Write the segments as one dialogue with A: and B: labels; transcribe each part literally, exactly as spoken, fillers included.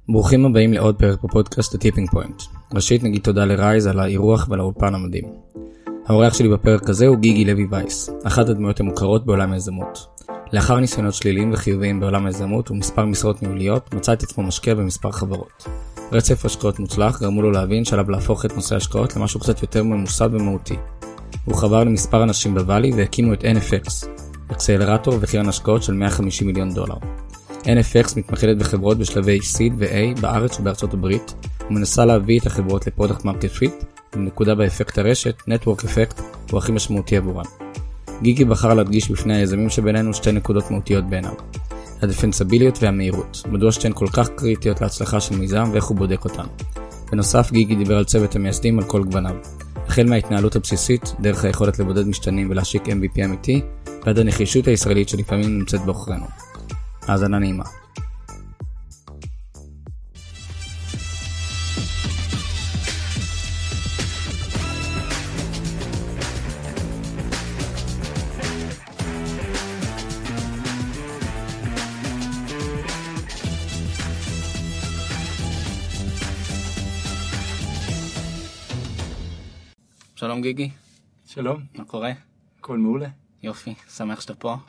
A: ברוכים הבאים לעוד פרק בפודקאסט הטיפינג פוינט. ראשית נגיד תודה לרייז על האירוח ועל האולפן המדהים. האורח שלי בפרק הזה הוא גיגי לוי וייס, אחת הדמויות המוכרות בעולם היזמות. לאחר ניסיונות שליליים וחיוביים בעולם היזמות ומספר משרות ניהוליות, מצא את עצמו משקיע במספר חברות. רצף השקעות מוצלח גרמו לו להבין שעליו להפוך את נושא ההשקעות למשהו קצת יותר ממוסד ומהותי. הוא חבר למספר אנשים בוואלי והקימו את אן אף אקס, אקסלרטור וקרן השקעות של מאה וחמישים מיליון דולר. אן אף אקס מתמקדת בחברות בשלבי Seed ו-A בארץ ובארצות הברית, ומנסה להביא את החברות לפרודקט מרקט פיט, בנקודה באפקט הרשת, נטוורק אפקט, הוא הכי משמעותי עבורן. גיגי בחר להדגיש בפני היזמים שבינינו שתי נקודות מהותיות בעיניו. הדפנסביליות והמהירות, מדוע שתיהן כל כך קריטיות להצלחה של מיזם ואיך הוא בודק אותן. בנוסף, גיגי דיבר על צוות המייסדים על כל גווניו. החל מההתנהלות הבסיסית, דרך היכולת לבודד משתנים ולהשיק אם וי פי אמיתי, ועד הנחישות הישראלית שלפעמים נמצאת בעוכרינו. האזנה נעימה. שלום גיגי.
B: שלום.
A: מה קורה?
B: הכל מעולה.
A: יופי, שמח שאתה פה.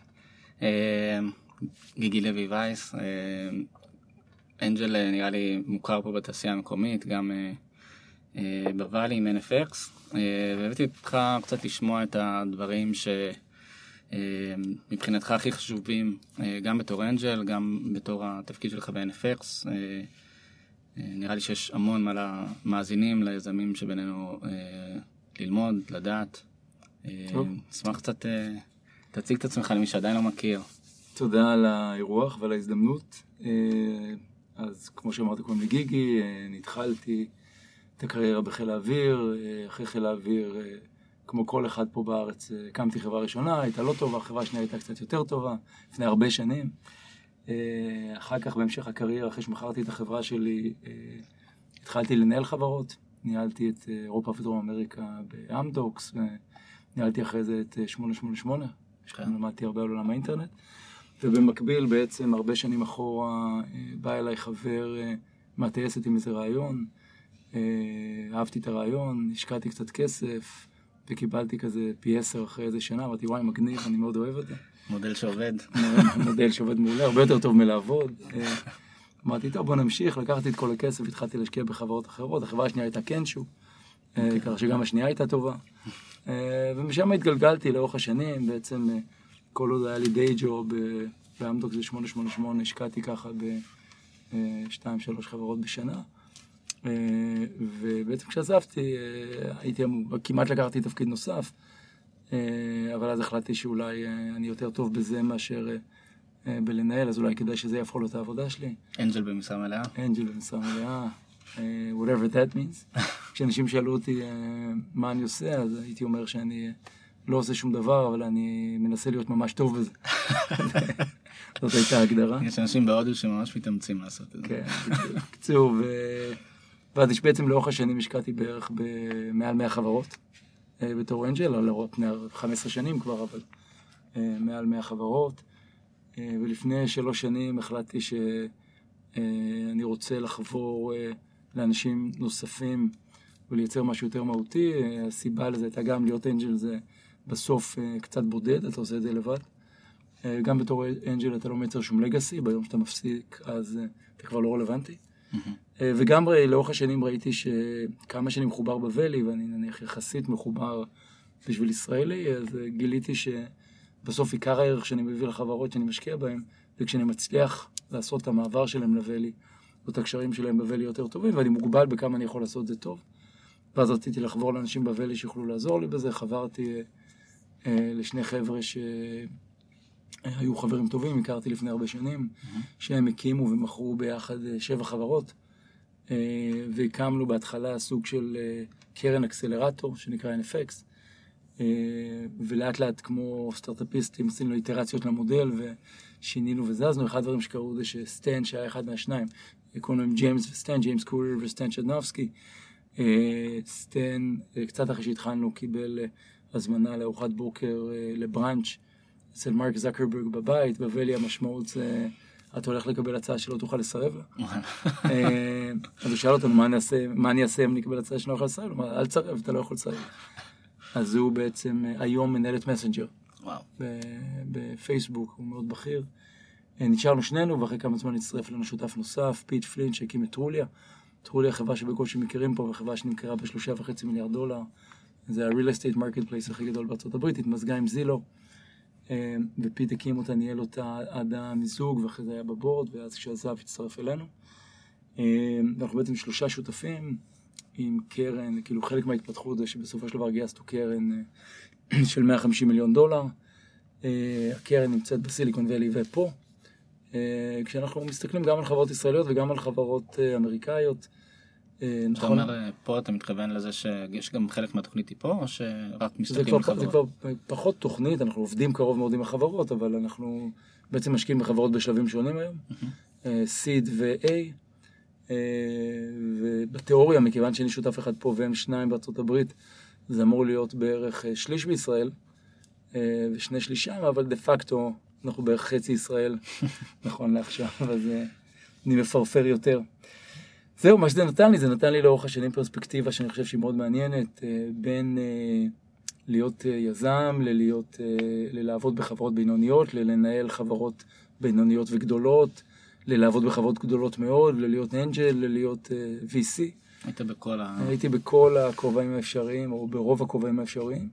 A: גיגי לוי וייס, אנג'ל נראה לי מוכר פה בתעשייה המקומית, גם בוואלי עם אן אף אקס, והבאתי אותך קצת לשמוע את הדברים שמבחינתך הכי חשובים, גם בתור אנג'ל, גם בתור התפקיד שלך ב-אן אף אקס. נראה לי שיש המון מה למאזינים, ליזמים שבינינו ללמוד, לדעת.
B: טוב.
A: אשמח קצת, תציג את עצמך למי שעדיין לא מכיר.
B: תודה על האירוח ועל ההזדמנות. אז כמו שאמרתי, קוראים לי גיגי, נתחלתי את הקריירה בחיל האוויר, אחרי חיל האוויר, כמו כל אחד פה בארץ, הקמתי חברה ראשונה, הייתה לא טובה, החברה השנייה הייתה קצת יותר טובה, לפני הרבה שנים. אחר כך בהמשך הקריירה, אחרי שמכרתי את החברה שלי, התחלתי לנהל חברות, ניהלתי את אירופה ודרום אמריקה באמדוקס, וניהלתי אחרי זה את שמונה שמונה שמונה, למדתי הרבה על עולם האינטרנט. ובמקביל בעצם הרבה שנים אחורה בא אליי חבר מהטייסת עם איזה רעיון, אהבתי את הרעיון, השקעתי קצת כסף וקיבלתי כזה פי עשר אחרי איזה שנה, אמרתי וואי מגניב, אני מאוד אוהב את זה.
A: מודל שעובד.
B: מודל שעובד מעולה, הרבה יותר טוב מלעבוד. אמרתי טוב בוא נמשיך, לקחתי את כל הכסף, התחלתי להשקיע בחברות אחרות, החברה השנייה הייתה קנשו, כך שגם השנייה הייתה טובה. ומשם התגלגלתי לאורך השנים, בעצם כל עוד היה לי דיי ג'וב באמדוקס זה שמונה שמונה שמונה, השקעתי ככה בשתיים שלוש חברות בשנה. ובעצם כשעזבתי, הייתי כמעט לקחתי תפקיד נוסף, אבל אז החלטתי שאולי אני יותר טוב בזה מאשר בלנהל, אז אולי כדאי שזה יהפוך את העבודה שלי.
A: אנג'ל במשרה מלאה.
B: אנג'ל במשרה מלאה, whatever that means. כשאנשים שאלו אותי מה אני עושה, אז הייתי אומר שאני לא עושה שום דבר, אבל אני מנסה להיות ממש טוב בזה. זאת הייתה ההגדרה.
A: יש אנשים בהודו שממש מתאמצים לעשות את זה.
B: כן, בקיצור, ואז בעצם לאורך השנים השקעתי בערך במעל מאה חברות, בתור אנג'ל, על לראות חמש עשרה שנים כבר, אבל מעל מאה חברות. ולפני שלוש שנים החלטתי שאני רוצה לחבור לאנשים נוספים ולייצר משהו יותר מהותי. הסיבה לזה הייתה גם להיות אנג'ל זה בסוף קצת בודד, אתה עושה את זה לבד. גם בתור אנג'ל אתה לא מייצר שום לגאסי, ביום שאתה מפסיק אז אתה כבר לא רלוונטי. וגם לאורך השנים ראיתי שכמה שאני מחובר בוואלי, ואני נניח יחסית מחובר בשביל ישראלי, אז גיליתי שבסוף עיקר הערך שאני מביא לחברות שאני משקיע בהן, וכשאני מצליח לעשות את המעבר שלהם לוואלי, או את הקשרים שלהם בוואלי יותר טובים, ואני מוגבל בכמה אני יכול לעשות זה טוב. ואז רציתי לחבור לאנשים בוואלי שיוכלו לעזור לי בזה, חברתי אה, לשני חבר'ה שהיו חברים טובים, הכרתי לפני הרבה שנים, mm-hmm. שהם הקימו ומכרו ביחד שבע חברות, אה, והקמנו בהתחלה סוג של אה, קרן אקסלרטור, שנקרא אן אף אקס, אה, ולאט לאט כמו סטארט-אפיסטים עשינו איטרציות למודל ושינינו וזזנו. אחד הדברים שקראו זה שסטן, שהיה אחד מהשניים, קוראים להם ג'יימס וסטן, ג'יימס קוריר וסטן שדנובסקי. סטן, קצת אחרי שהתחלנו, קיבל הזמנה לארוחת בוקר לבראנץ' אצל מרק זקרברג בבית. בוואלי המשמעות זה אתה הולך לקבל הצעה שלא תוכל לסרב לה. אז הוא שאל אותנו, מה אני אעשה אם נקבל הצעה שלא יכול לסרב? הוא אמר, אל תסרב, אתה לא יכול לסרב. אז הוא בעצם היום מנהלת מסנג'ר. בפייסבוק, הוא מאוד בכיר. נשארנו שנינו, ואחרי כמה זמן נצטרף לנו שותף נוסף, פיט פלינט, שהקים את טרוליה. טרוליה, חברה שבקושי מכירים פה, וחברה שנמכרה בשלושה וחצי מיליארד דולר. זה ה-real estate marketplace הכי גדול בארצות הברית, התמזגה עם זילו. ופיט הקים אותה, ניהל אותה עד המיזוג, ואחרי זה היה בבורד, ואז כשעזב הצטרף אלינו. ואנחנו בעצם שלושה שותפים עם קרן, כאילו חלק מההתפתחות זה שבסופו של דבר גייסנו קרן של מאה וחמישים מיליון דולר. הקרן נמצאת בסיליקון ואלי ופה. כשאנחנו מסתכלים גם על חברות ישראליות וגם על חברות אמריקאיות.
A: אתה אומר, פה אתה מתכוון לזה שיש גם חלק מהתוכנית היא פה, או שרק מסתכלים בחברות?
B: זה כבר פחות תוכנית, אנחנו עובדים קרוב מאוד עם החברות, אבל אנחנו בעצם משקיעים בחברות בשלבים שונים היום, סיד ו-A, ובתיאוריה, מכיוון שאני שותף אחד פה והם שניים בארצות הברית, זה אמור להיות בערך שליש בישראל, ושני שלישם, אבל דה פקטו אנחנו בערך חצי ישראל, נכון לעכשיו, אז אני מפרפר יותר. זהו, מה שזה נתן לי, זה נתן לי לאורך השנים פרספקטיבה שאני חושב שהיא מאוד מעניינת, בין להיות יזם, ללהיות, ללעבוד בחברות בינוניות, ללנהל חברות בינוניות וגדולות, ללעבוד בחברות גדולות מאוד, ללהיות אנג'ל, ללהיות וי סי.
A: היית בכל ה...
B: הייתי בכל הכובעים האפשריים, או ברוב הכובעים האפשריים.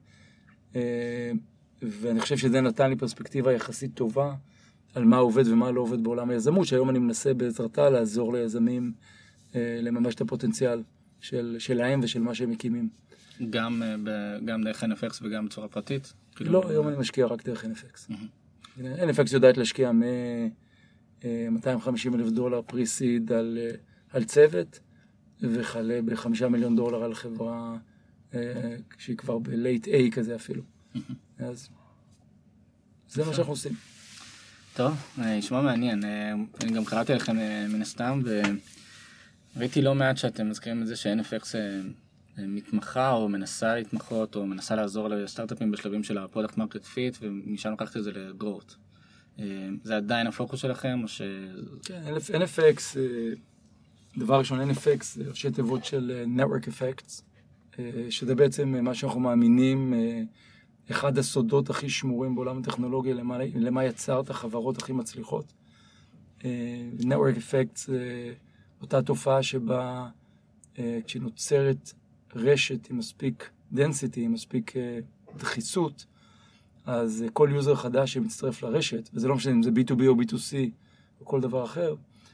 B: ואני חושב שזה נתן לי פרספקטיבה יחסית טובה על מה עובד ומה לא עובד בעולם היזמות, שהיום אני מנסה בעזרתה לעזור ליזמים לממש את הפוטנציאל של, שלהם ושל מה שהם מקימים.
A: גם, גם דרך אן אף אקס וגם בצורה פרטית?
B: לא, היום אני משקיע רק דרך אן אף אקס. אן אף אקס יודעת להשקיע מ-מאתיים וחמישים אלף דולר פרי-סיד על, על צוות, וחלה בחמישה מיליון דולר על חברה שהיא כבר ב-late A כזה אפילו. אז זה מה שאנחנו עושים.
A: טוב, נשמע מעניין. אני גם קראתי לכם מן הסתם, וראיתי לא מעט שאתם מזכירים את זה ש-אן אף אקס מתמחה או מנסה להתמחות או מנסה לעזור לסטארט-אפים בשלבים של ה-product market fit, ומשם לקחת את זה לגרות. זה עדיין הפוקוס שלכם או ש...
B: כן, אן אף אקס, דבר ראשון, אן אף אקס זה ראשי תיבות של Network Effects, שזה בעצם מה שאנחנו מאמינים, אחד הסודות הכי שמורים בעולם הטכנולוגיה, למה, למה יצר את החברות הכי מצליחות. Network Effects זה אותה תופעה שבה כשנוצרת רשת עם מספיק density, עם מספיק דחיסות, אז כל יוזר חדש שמצטרף לרשת, וזה לא משנה אם זה בי טו בי או בי טו סי או כל דבר אחר,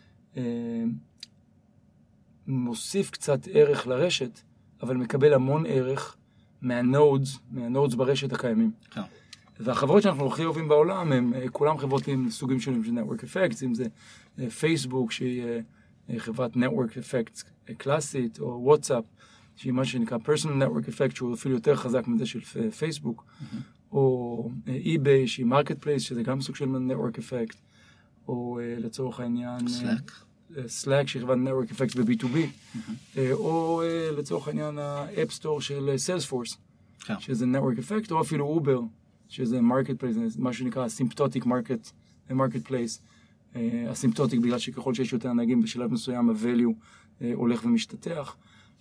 B: מוסיף קצת ערך לרשת, אבל מקבל המון ערך מהנודס, מהנודס ברשת הקיימים.
A: כן.
B: והחברות שאנחנו הכי אוהבים בעולם, הם כולם חברות עם סוגים שונים של Network Effects, אם זה פייסבוק, שהיא חברת Network Effects קלאסית, או וואטסאפ, שהיא מה שנקרא Personal Network Effect, שהוא אפילו יותר חזק מזה של פייסבוק, mm-hmm. או eBay, שהיא Marketplace, שזה גם סוג של Network Effect, או לצורך העניין...
A: Slack.
B: Slack, שהיא חברת Network Effects ב-בי טו בי, mm-hmm. או לצורך העניין ה-App Store של Salesforce, okay. שזה Network Effect, או אפילו Uber, שזה Marketplace, מה שנקרא Asymptotic Market, Marketplace, אסימפטוטיק, בגלל שככל שיש יותר נהגים בשלב מסוים, ה-value הולך ומשתתח.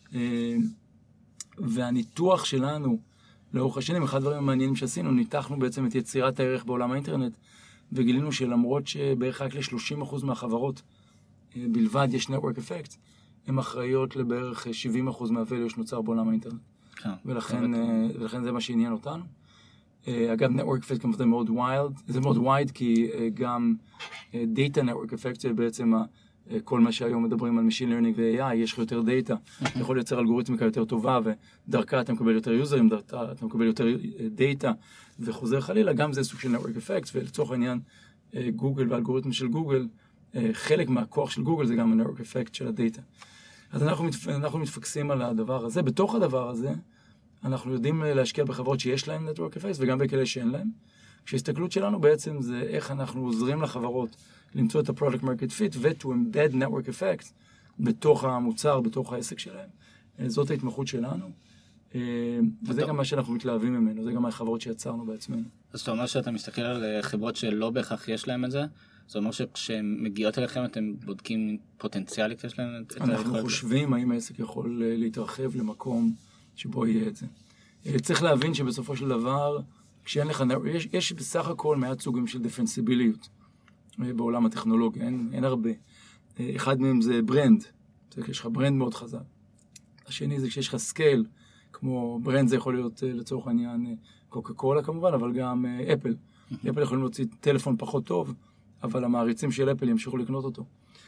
B: והניתוח שלנו, לאורך השנים, אחד הדברים המעניינים שעשינו, ניתחנו בעצם את יצירת הערך בעולם האינטרנט, וגילינו שלמרות שבערך רק ל-שלושים אחוז מהחברות בלבד יש Network Effects, הן אחראיות לבערך שבעים אחוז מה-value שנוצר בעולם האינטרנט. ולכן, ולכן זה מה שעניין אותנו. אגב, Network Effect כמובן זה מאוד wild, זה מאוד wide כי גם Data Network Effect זה בעצם כל מה שהיום מדברים על Machine Learning ו-איי איי, יש לך יותר דאטה, אתה יכול לייצר אלגוריתמיקה יותר טובה, ודרכה אתה מקבל יותר יוזרים, דרכה אתה מקבל יותר דאטה, וחוזר חלילה, גם זה סוג של Network Effect, ולצורך העניין, גוגל והאלגוריתם של גוגל, חלק מהכוח של גוגל זה גם ה-Network Effect של הדאטה. אז אנחנו, מתפ... אנחנו מתפקסים על הדבר הזה, בתוך הדבר הזה, אנחנו יודעים להשקיע בחברות שיש להן Network Effects, וגם בכאלה שאין להן. כשהסתכלות שלנו בעצם זה איך אנחנו עוזרים לחברות למצוא את ה-Product Market Fit, ו-to embed Network Effects בתוך המוצר, בתוך העסק שלהם. זאת ההתמחות שלנו. וזה גם מה שאנחנו מתלהבים ממנו, זה גם החברות שיצרנו בעצמנו.
A: אז אתה אומר שאתה מסתכל על חברות שלא בהכרח יש להם את זה? זאת אומרת שכשהן מגיעות אליכם אתם בודקים פוטנציאלית יש להם את היכולת?
B: אנחנו חושבים האם העסק יכול להתרחב למקום שבו יהיה את זה. צריך להבין שבסופו של דבר, כשאין לך, יש, יש בסך הכל מעט סוגים של דפנסיביליות בעולם הטכנולוגיה, אין, אין הרבה. אחד מהם זה ברנד, יש לך ברנד מאוד חזק. השני זה כשיש לך סקייל, כמו ברנד זה יכול להיות לצורך העניין קוקה קולה כמובן, אבל גם אפל. אפל יכולים להוציא טלפון פחות טוב, אבל המעריצים של אפל ימשיכו לקנות אותו.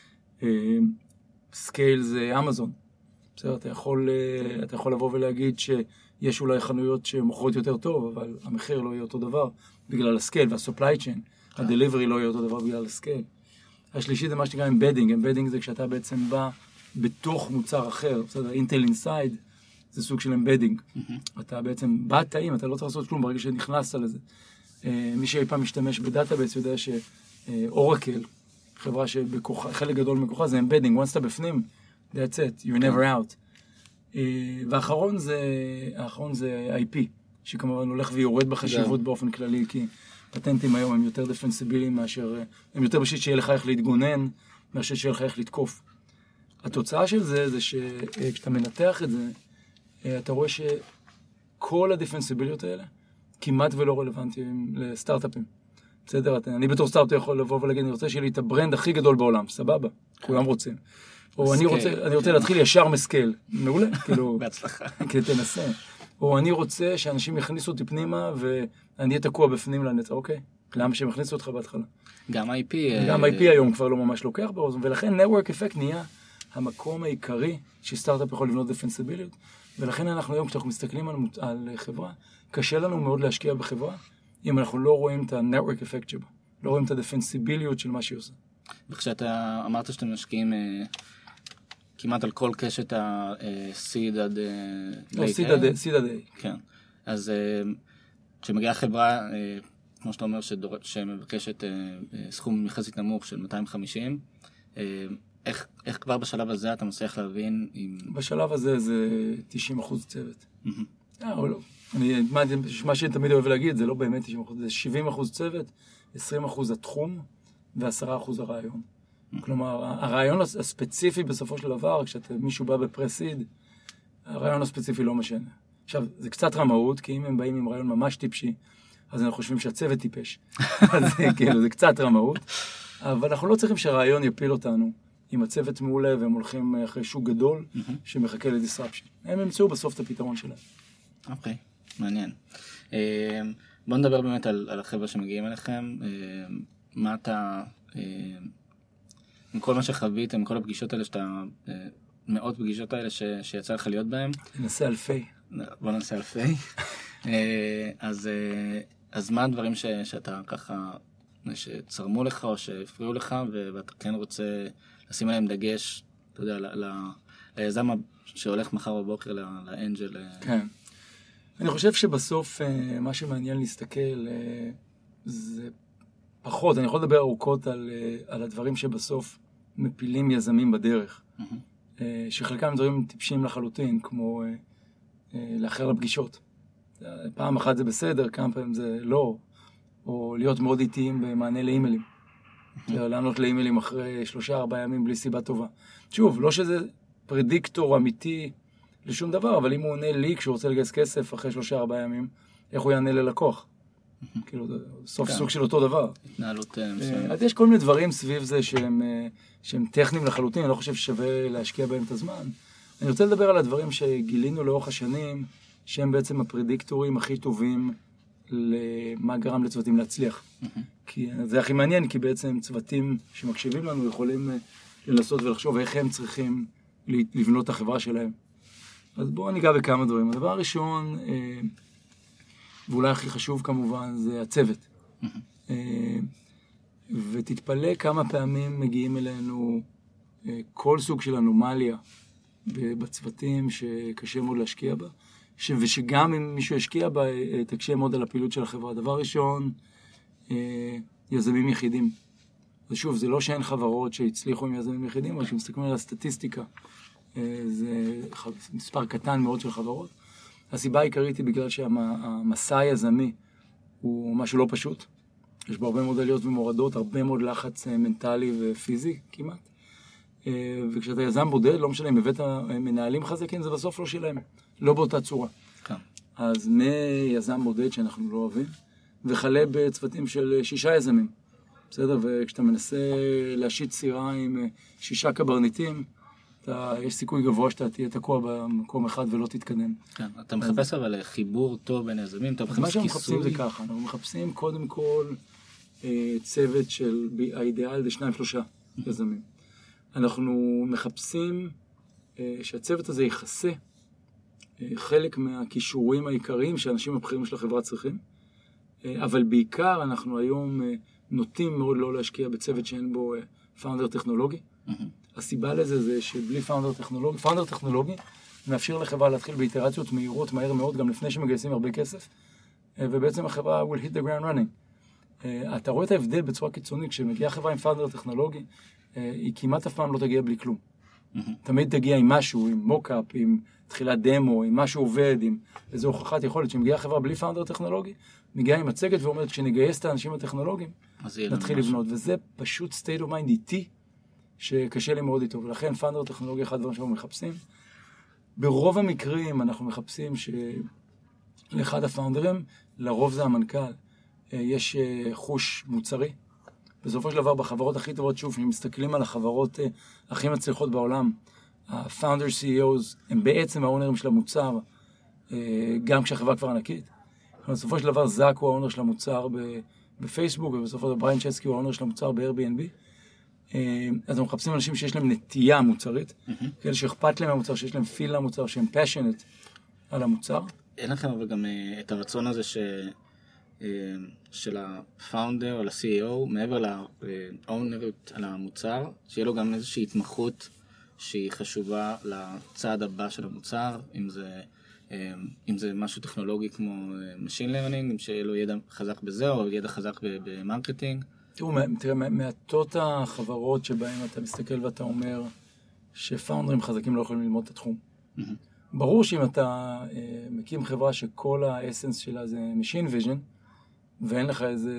B: סקייל זה אמזון. בסדר, אתה יכול, אתה יכול לבוא ולהגיד שיש אולי חנויות שמוכרות יותר טוב, אבל המחיר לא יהיה אותו דבר בגלל הסקייל, והסופליי צ'יין, הדליברי לא יהיה אותו דבר בגלל הסקייל. השלישי זה מה שנקרא אמבדינג. אמבדינג זה כשאתה בעצם בא בתוך מוצר אחר, בסדר, אינטל אינסייד, זה סוג של אמבדינג. אתה בעצם בא טעים, אתה לא צריך לעשות כלום ברגע שנכנסת לזה. מי שאי פעם משתמש בדאטאבייס יודע שאורקל, חברה שחלק גדול מכוחה זה אמבדינג, once אתה בפנים, that's it, you're never out. והאחרון זה, האחרון זה איי פי, שכמובן הולך ויורד בחשיבות באופן כללי, כי פטנטים היום הם יותר דפנסיביליים מאשר, הם יותר בשביל שיהיה לך איך להתגונן, מאשר שיהיה לך איך לתקוף. התוצאה של זה, זה שכשאתה מנתח את זה, אתה רואה שכל הדפנסיביליות האלה כמעט ולא רלוונטיים לסטארט-אפים. בסדר? אני בתור סטארט-אפ יכול לבוא ולהגיד, אני רוצה שיהיה לי את הברנד הכי גדול בעולם, סבבה, כולם רוצים. או אני רוצה, אני רוצה להתחיל ישר מסקייל, מעולה, כאילו,
A: בהצלחה.
B: כי תנסה. או אני רוצה שאנשים יכניסו אותי פנימה ואני אהיה תקוע בפנים לנצח, אוקיי? למה שהם יכניסו אותך בהתחלה?
A: גם איי פי.
B: גם איי פי היום כבר לא ממש לוקח באוזן, ולכן Network Effect נהיה המקום העיקרי שסטארט-אפ יכול לבנות דפנסיביליות, ולכן אנחנו היום, כשאנחנו מסתכלים על, על חברה, קשה לנו מאוד להשקיע בחברה, אם אנחנו לא רואים את ה-Network Effect שבה, לא רואים את הדפנסיביליות של מה שהיא עושה.
A: וכשאתה אמרת שאתם משקיעים כמעט על כל קשת ה-seed עד
B: לא, seed עד A.
A: כן. אז כשמגיעה חברה, כמו שאתה אומר, שמבקשת סכום יחסית נמוך של מאתיים וחמישים, איך, איך כבר בשלב הזה אתה מצליח להבין אם...
B: בשלב הזה זה תשעים אחוז צוות. אה, או לא. אני, מה, מה שאני תמיד אוהב להגיד, זה לא באמת תשעים אחוז, זה שבעים אחוז צוות, עשרים אחוז התחום ו-עשרה אחוז הרעיון. כלומר, הרעיון הספציפי בסופו של דבר, כשמישהו בא בפרסיד, הרעיון הספציפי לא משנה. עכשיו, זה קצת רמאות, כי אם הם באים עם רעיון ממש טיפשי, אז אנחנו חושבים שהצוות טיפש. אז כאילו, זה קצת רמאות. אבל אנחנו לא צריכים שהרעיון יפיל אותנו עם הצוות מעולה, והם הולכים אחרי שוק גדול שמחכה לדיסרפשן. הם ימצאו בסוף את הפתרון שלהם.
A: אוקיי, מעניין. בואו נדבר באמת על, על החבר'ה שמגיעים אליכם. מה אתה, עם כל מה שחווית, עם כל הפגישות האלה שאתה, מאות פגישות האלה ש, שיצא לך להיות בהם?
B: ננסה אלפי.
A: בוא ננסה אלפי. אז, אז מה הדברים ש, שאתה ככה, שצרמו לך או שהפריעו לך, ואתה כן רוצה לשים עליהם דגש, אתה יודע, ליזם שהולך מחר בבוקר לאנג'ל.
B: כן. אני חושב שבסוף מה שמעניין להסתכל זה פחות, אני יכול לדבר ארוכות על, על הדברים שבסוף מפילים יזמים בדרך, mm-hmm. שחלקם דברים טיפשים לחלוטין, כמו לאחר לפגישות. פעם אחת זה בסדר, כמה פעמים זה לא, או להיות מאוד איטיים במענה לאימיילים. Mm-hmm. לענות לאימיילים אחרי שלושה ארבעה ימים בלי סיבה טובה. שוב, לא שזה פרדיקטור אמיתי לשום דבר, אבל אם הוא עונה לי כשהוא רוצה לגייס כסף אחרי שלושה ארבעה ימים, איך הוא יענה ללקוח? כאילו, סוף סוג של אותו דבר.
A: התנהלות
B: מסוימת. אז יש כל מיני דברים סביב זה שהם, שהם טכניים לחלוטין, אני לא חושב ששווה להשקיע בהם את הזמן. אני רוצה לדבר על הדברים שגילינו לאורך השנים, שהם בעצם הפרדיקטורים הכי טובים למה גרם לצוותים להצליח. כי זה הכי מעניין, כי בעצם צוותים שמקשיבים לנו יכולים לנסות ולחשוב איך הם צריכים לבנות את החברה שלהם. אז בואו ניגע בכמה דברים. הדבר הראשון, ואולי הכי חשוב כמובן, זה הצוות. ותתפלא כמה פעמים מגיעים אלינו כל סוג של אנומליה בצוותים שקשה מאוד להשקיע בה, ושגם אם מישהו ישקיע בה, תקשה מאוד על הפעילות של החברה. דבר ראשון, יזמים יחידים. ושוב, זה לא שאין חברות שהצליחו עם יזמים יחידים, אבל כשמסתכלים על הסטטיסטיקה, זה מספר קטן מאוד של חברות. הסיבה העיקרית היא בגלל שהמסע היזמי הוא משהו לא פשוט. יש בו הרבה מאוד עליות ומורדות, הרבה מאוד לחץ מנטלי ופיזי כמעט. וכשאתה יזם בודד, לא משנה אם הבאת מנהלים חזקים, זה בסוף לא שלהם, לא באותה צורה. כן. אז מיזם בודד שאנחנו לא אוהבים, וחלה בצוותים של שישה יזמים. בסדר? וכשאתה מנסה להשית סירה עם שישה קברניטים, אתה, יש סיכוי גבוה שאתה תהיה תקוע במקום אחד ולא תתקדם. כן,
A: אתה מחפש אבל חיבור טוב בין יזמים, אתה מחפש
B: כיסוי. מה שאנחנו מחפשים זה ככה, אנחנו מחפשים קודם כל צוות של האידיאל זה שניים שלושה יזמים. אנחנו מחפשים שהצוות הזה יחסה חלק מהכישורים העיקריים שאנשים הבכירים של החברה צריכים, אבל בעיקר אנחנו היום נוטים מאוד לא להשקיע בצוות שאין בו פאונדר טכנולוגי. הסיבה לזה זה שבלי פאונדר טכנולוגי, פאונדר טכנולוגי מאפשר לחברה להתחיל באיטרציות מהירות מהר מאוד, גם לפני שמגייסים הרבה כסף, ובעצם החברה will hit the ground running. אתה רואה את ההבדל בצורה קיצונית, כשמגיעה חברה עם פאונדר טכנולוגי, היא כמעט אף פעם לא תגיע בלי כלום. תמיד תגיע עם משהו, עם מוקאפ, עם תחילת דמו, עם משהו עובד, עם איזו הוכחת יכולת. כשמגיעה חברה בלי פאונדר טכנולוגי, מגיעה עם מצגת ואומרת, כשנגייס את האנשים הטכנולוגיים, נתחיל לבנות. וזה פשוט state of mind איטי, שקשה לי מאוד איתו. ולכן פאונדר טכנולוגי אחד הדברים שאנחנו מחפשים. ברוב המקרים אנחנו מחפשים שלאחד הפאונדרים, לרוב זה המנכ"ל, יש חוש מוצרי. בסופו של דבר, בחברות הכי טובות, שוב, שמסתכלים על החברות הכי מצליחות בעולם, ה-Founder סי אי או'ס הם בעצם האונרים של המוצר, גם כשהחברה כבר ענקית. בסופו של דבר, זאק הוא האונר של המוצר בפייסבוק, ובסופו של דבר, בריין צ'סקי הוא האונר של המוצר ב-Airbnb. אז אנחנו מחפשים אנשים שיש להם נטייה מוצרית, כאלה שאכפת להם המוצר, שיש להם פיל למוצר, שהם passionate על המוצר.
A: אין לכם אבל גם את הרצון הזה ש... של הפאונדר או ל-סי אי או, מעבר לאונריות על המוצר, שיהיה לו גם איזושהי התמחות שהיא חשובה לצעד הבא של המוצר, אם זה, אם זה משהו טכנולוגי כמו Machine Learning, אם שיהיה לו ידע חזק בזה או ידע חזק במרקטינג.
B: תראו, תראה, מעטות החברות שבהן אתה מסתכל ואתה אומר שפאונדרים חזקים לא יכולים ללמוד את התחום. ברור שאם אתה מקים חברה שכל האסנס שלה זה Machine Vision, ואין לך איזה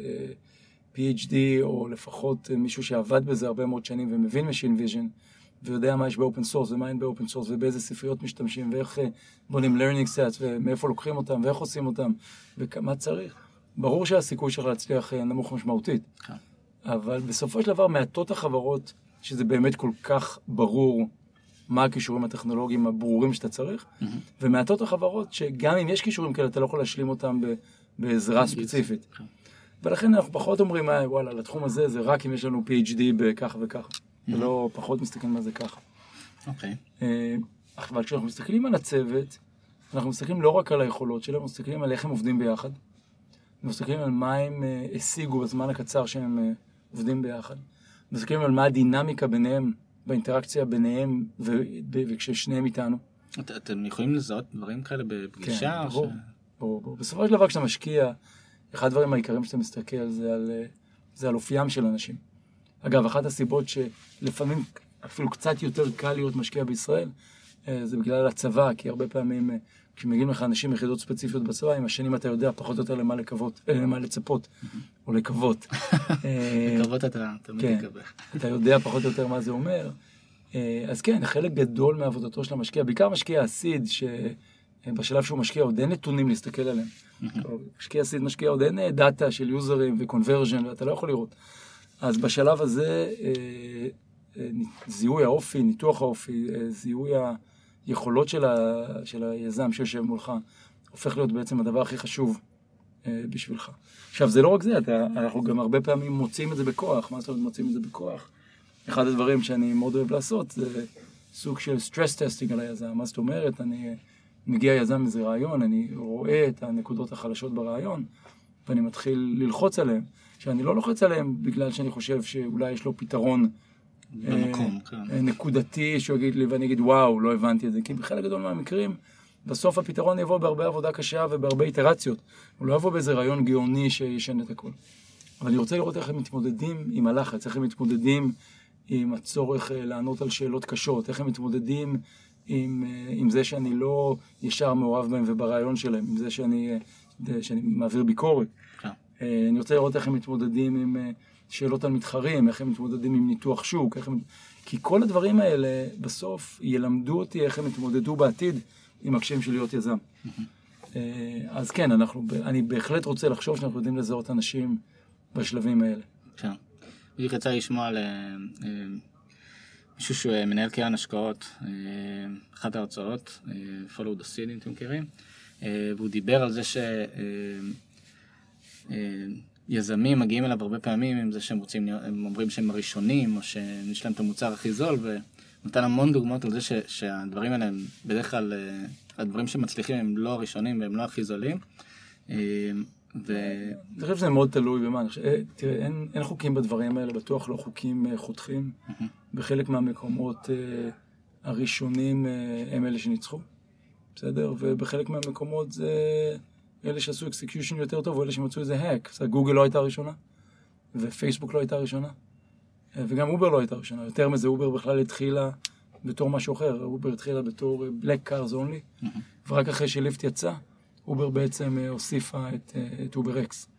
B: פי אייץ' די, או לפחות מישהו שעבד בזה הרבה מאוד שנים ומבין Machine Vision, ויודע מה יש באופן סורס ומה אין באופן סורס, ובאיזה ספריות משתמשים, ואיך בונים learning sets, ומאיפה לוקחים אותם, ואיך עושים אותם, ומה צריך. ברור שהסיכוי שלך להצליח נמוך משמעותית. אבל בסופו של דבר, מעטות החברות, שזה באמת כל כך ברור מה הכישורים הטכנולוגיים הברורים שאתה צריך, ומעטות החברות שגם אם יש כישורים כאלה, אתה לא יכול להשלים אותם בעזרה ספציפית. ולכן אנחנו פחות אומרים, וואלה, לתחום הזה זה רק אם יש לנו פי אייץ' די בככה וככה. ולא פחות מסתכלים על זה ככה.
A: אוקיי.
B: אבל כשאנחנו מסתכלים על הצוות, אנחנו מסתכלים לא רק על היכולות שלהם, אנחנו מסתכלים על איך הם עובדים ביחד. אנחנו מסתכלים על מה הם השיגו בזמן הקצר שהם עובדים ביחד. מסתכלים על מה הדינמיקה ביניהם, באינטראקציה ביניהם, וכששניהם איתנו.
A: אתם יכולים לזהות דברים כאלה בפגישה?
B: כן, ברור, ברור, ברור. בסופו של דבר כשאתה משקיע, אחד הדברים העיקריים שאתה מסתכל זה על, זה על אופיים של אנשים. אגב, אחת הסיבות שלפעמים אפילו קצת יותר קל להיות משקיע בישראל, זה בגלל הצבא, כי הרבה פעמים כשמגיעים לך אנשים יחידות ספציפיות בצבא, עם השנים אתה יודע פחות או יותר למה לקוות, למה לצפות, או לקוות.
A: לקוות אתה תמיד לקווה.
B: אתה יודע פחות או יותר מה זה אומר. אז כן, חלק גדול מעבודתו של המשקיע, בעיקר משקיע הסיד, שבשלב שהוא משקיע עוד אין נתונים להסתכל עליהם. משקיע הסיד משקיע עוד אין דאטה של יוזרים וקונברז'ן, ואתה לא יכול לראות. אז בשלב הזה, זיהוי האופי, ניתוח האופי, זיהוי היכולות של, ה, של היזם שיושב מולך, הופך להיות בעצם הדבר הכי חשוב בשבילך. עכשיו, זה לא רק זה, אתה, אנחנו גם הרבה פעמים מוצאים את זה בכוח. מה זאת אומרת מוצאים את זה בכוח? אחד הדברים שאני מאוד אוהב לעשות, זה סוג של stress testing על היזם. מה זאת אומרת? אני מגיע יזם איזה רעיון, אני רואה את הנקודות החלשות ברעיון, ואני מתחיל ללחוץ עליהם. שאני לא לוחץ עליהם בגלל שאני חושב שאולי יש לו פתרון
A: במקום,
B: אה, נקודתי שהוא יגיד לי ואני אגיד וואו, לא הבנתי את זה. כי בחלק גדול מהמקרים, בסוף הפתרון יבוא בהרבה עבודה קשה ובהרבה איטרציות. הוא לא יבוא באיזה רעיון גאוני שישן את הכל. אבל אני רוצה לראות איך הם מתמודדים עם הלחץ, איך הם מתמודדים עם הצורך לענות על שאלות קשות, איך הם מתמודדים עם, עם זה שאני לא ישר מעורב בהם וברעיון שלהם, עם זה שאני, שאני מעביר ביקורת.
C: כן.
B: אני רוצה לראות איך הם מתמודדים עם שאלות על מתחרים, איך הם מתמודדים עם ניתוח שוק, איך הם... כי כל הדברים האלה בסוף ילמדו אותי איך הם יתמודדו בעתיד עם הקשיים של להיות יזם. אז כן, אנחנו, אני בהחלט רוצה לחשוב שאנחנו יודעים לזהות אנשים בשלבים האלה.
C: כן. בדיוק יצא לשמוע על מישהו שהוא מנהל קרן השקעות, אחת ההרצאות, follow the seed, אם אתם מכירים, והוא דיבר על זה שיזמים מגיעים אליו הרבה פעמים עם זה שהם רוצים, הם אומרים שהם הראשונים, או שיש להם את המוצר הכי זול, ונותן המון דוגמאות על זה ש, שהדברים האלה הם בדרך כלל, הדברים שמצליחים הם לא הראשונים והם לא הכי זולים. ו...
B: אני חושב שזה מאוד תלוי במה, תראה, אין, אין חוקים בדברים האלה, בטוח לא חוקים חותכים. Mm-hmm. בחלק מהמקומות הראשונים הם אלה שניצחו, בסדר? ובחלק מהמקומות זה אלה שעשו אקסקיושן יותר טוב, או אלה שמצאו איזה האק. בסדר, גוגל לא הייתה ראשונה, ופייסבוק לא הייתה ראשונה, וגם אובר לא הייתה ראשונה. יותר מזה, אובר בכלל התחילה בתור משהו אחר. אובר התחילה בתור Black Cars Only, mm-hmm. ורק אחרי שליפט יצא, אובר בעצם הוסיפה את, את אובר אקס.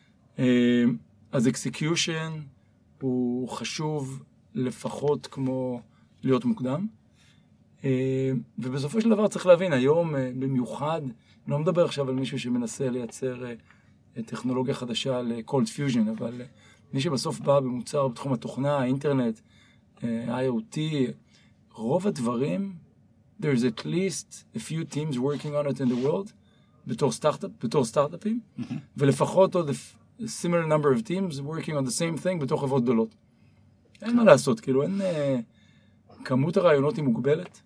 B: אז אקסקיושן הוא חשוב לפחות כמו להיות מוקדם. ובסופו של דבר צריך להבין, היום במיוחד, אני לא מדבר עכשיו על מישהו שמנסה לייצר טכנולוגיה חדשה ל-Cold Fusion, אבל מי שבסוף בא במוצר בתחום התוכנה, האינטרנט, איי או טי, רוב הדברים, there's at least a few teams working on it in the world, בתור סטארט-אפ, בתור סטארט-אפים, mm-hmm. ולפחות עוד a similar number of teams working on the same thing בתור חברות גדולות. אין מה לעשות, כאילו אין... כמות הרעיונות היא מוגבלת.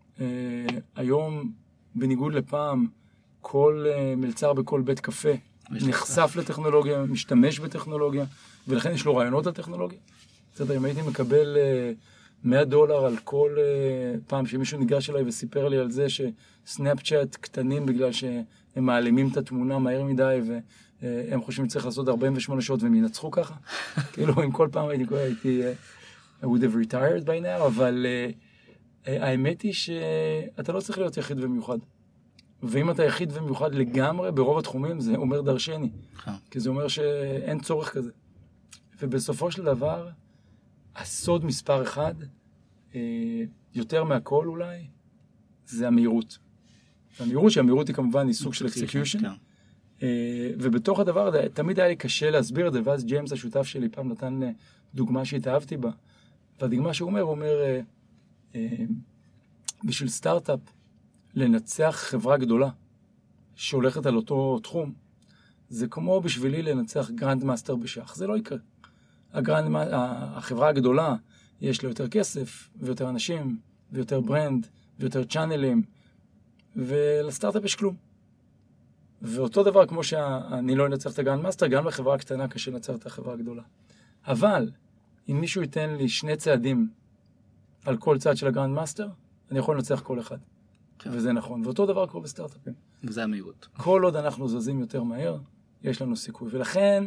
B: היום, בניגוד לפעם, כל מלצר בכל בית קפה נחשף לטכנולוגיה, משתמש בטכנולוגיה, ולכן יש לו רעיונות על טכנולוגיה. בסדר, אם הייתי מקבל מאה דולר על כל פעם שמישהו ניגש אליי וסיפר לי על זה שסנאפצ'אט קטנים בגלל שהם מעלימים את התמונה מהר מדי והם חושבים שצריך לעשות ארבעים ושמונה שעות והם ינצחו ככה. כאילו, אם כל פעם הייתי, הייתי I would have retired by now, אבל uh, האמת היא שאתה לא צריך להיות יחיד ומיוחד. ואם אתה יחיד ומיוחד לגמרי, ברוב התחומים, זה אומר דרשני. כי זה אומר שאין צורך כזה. ובסופו של דבר, הסוד מספר אחד, uh, יותר מהכל אולי, זה המהירות. המהירות, שהמהירות היא כמובן סוג של execution. Uh, ובתוך הדבר הזה, תמיד היה לי קשה להסביר את זה, ואז ג'יימס השותף שלי פעם נתן דוגמה שהתאהבתי בה. והדגמה שהוא אומר, הוא אומר, אה, אה, בשביל סטארט-אפ, לנצח חברה גדולה שהולכת על אותו תחום, זה כמו בשבילי לנצח גרנד מאסטר בשח. זה לא יקרה. הגרנד, החברה הגדולה, יש לה יותר כסף, ויותר אנשים, ויותר ברנד, ויותר צ'אנלים, ולסטארט-אפ יש כלום. ואותו דבר כמו שאני לא אנצח את הגרנד מאסטר, גם לחברה הקטנה קשה לנצח את החברה הגדולה. אבל, אם מישהו ייתן לי שני צעדים על כל צעד של הגרנד מאסטר, אני יכול לנצח כל אחד. כן. וזה נכון. ואותו דבר קורה בסטארט-אפים.
C: וזה המהירות.
B: כל עוד אנחנו זזים יותר מהר, יש לנו סיכוי. ולכן,